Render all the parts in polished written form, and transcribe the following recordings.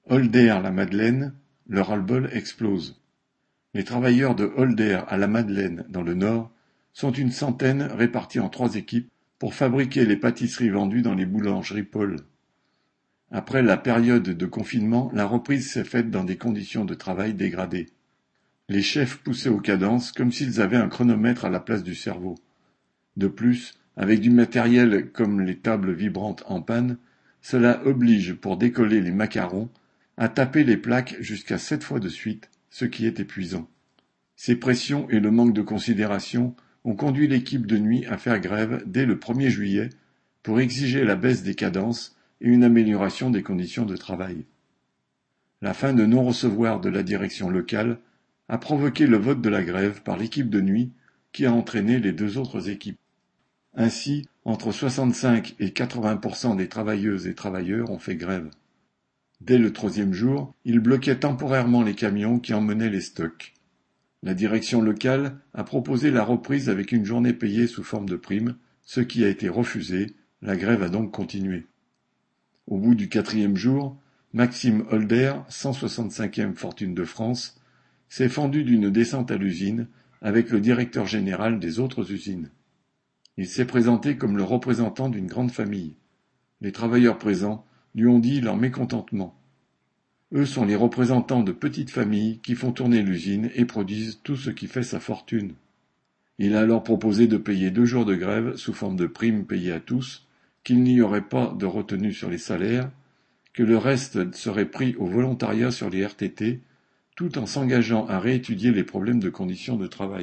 Holder-la-Madeleine, le ras-le-bol explose. Les travailleurs de Holder à la Madeleine, dans le Nord, sont une centaine répartis en 3 équipes pour fabriquer les pâtisseries vendues dans les boulangeries Paul. Après la période de confinement, la reprise s'est faite dans des conditions de travail dégradées. Les chefs poussaient aux cadences comme s'ils avaient un chronomètre à la place du cerveau. De plus, avec du matériel comme les tables vibrantes en panne, cela oblige, pour décoller les macarons, à taper les plaques jusqu'à 7 fois de suite, ce qui est épuisant. Ces pressions et le manque de considération ont conduit l'équipe de nuit à faire grève dès le 1er juillet pour exiger la baisse des cadences et une amélioration des conditions de travail. La fin de non-recevoir de la direction locale a provoqué le vote de la grève par l'équipe de nuit qui a entraîné les 2 autres équipes. Ainsi, entre 65 et 80% des travailleuses et travailleurs ont fait grève. Dès le 3e jour, ils bloquaient temporairement les camions qui emmenaient les stocks. La direction locale a proposé la reprise avec une journée payée sous forme de prime, ce qui a été refusé, la grève a donc continué. Au bout du 4e jour, Maxime Holder, 165e fortune de France, s'est fendu d'une descente à l'usine avec le directeur général des autres usines. Il s'est présenté comme le représentant d'une grande famille. Les travailleurs présents lui ont dit leur mécontentement. Eux sont les représentants de petites familles qui font tourner l'usine et produisent tout ce qui fait sa fortune. Il a alors proposé de payer 2 jours de grève sous forme de primes payées à tous, qu'il n'y aurait pas de retenue sur les salaires, que le reste serait pris au volontariat sur les RTT, tout en s'engageant à réétudier les problèmes de conditions de travail.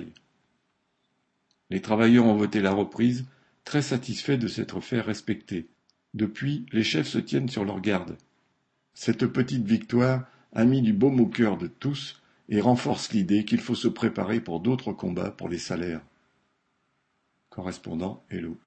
Les travailleurs ont voté la reprise, très satisfaits de s'être fait respecter. Depuis, les chefs se tiennent sur leur garde. Cette petite victoire a mis du baume au cœur de tous et renforce l'idée qu'il faut se préparer pour d'autres combats pour les salaires. Correspondant Hello.